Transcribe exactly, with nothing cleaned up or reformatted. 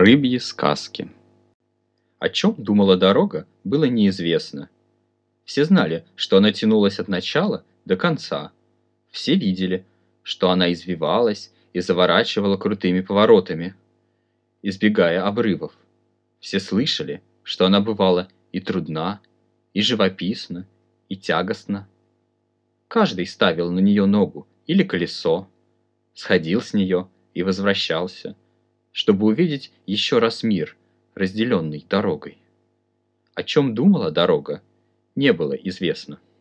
Рыбьи сказки. О чем думала дорога, было неизвестно. Все знали, что она тянулась от начала до конца. Все видели, что она извивалась и заворачивала крутыми поворотами, избегая обрывов. Все слышали, что она бывала и трудна, и живописна, и тягостна. Каждый ставил на нее ногу или колесо, сходил с нее и возвращался, чтобы увидеть еще раз мир, разделенный дорогой. О чем думала дорога, не было известно.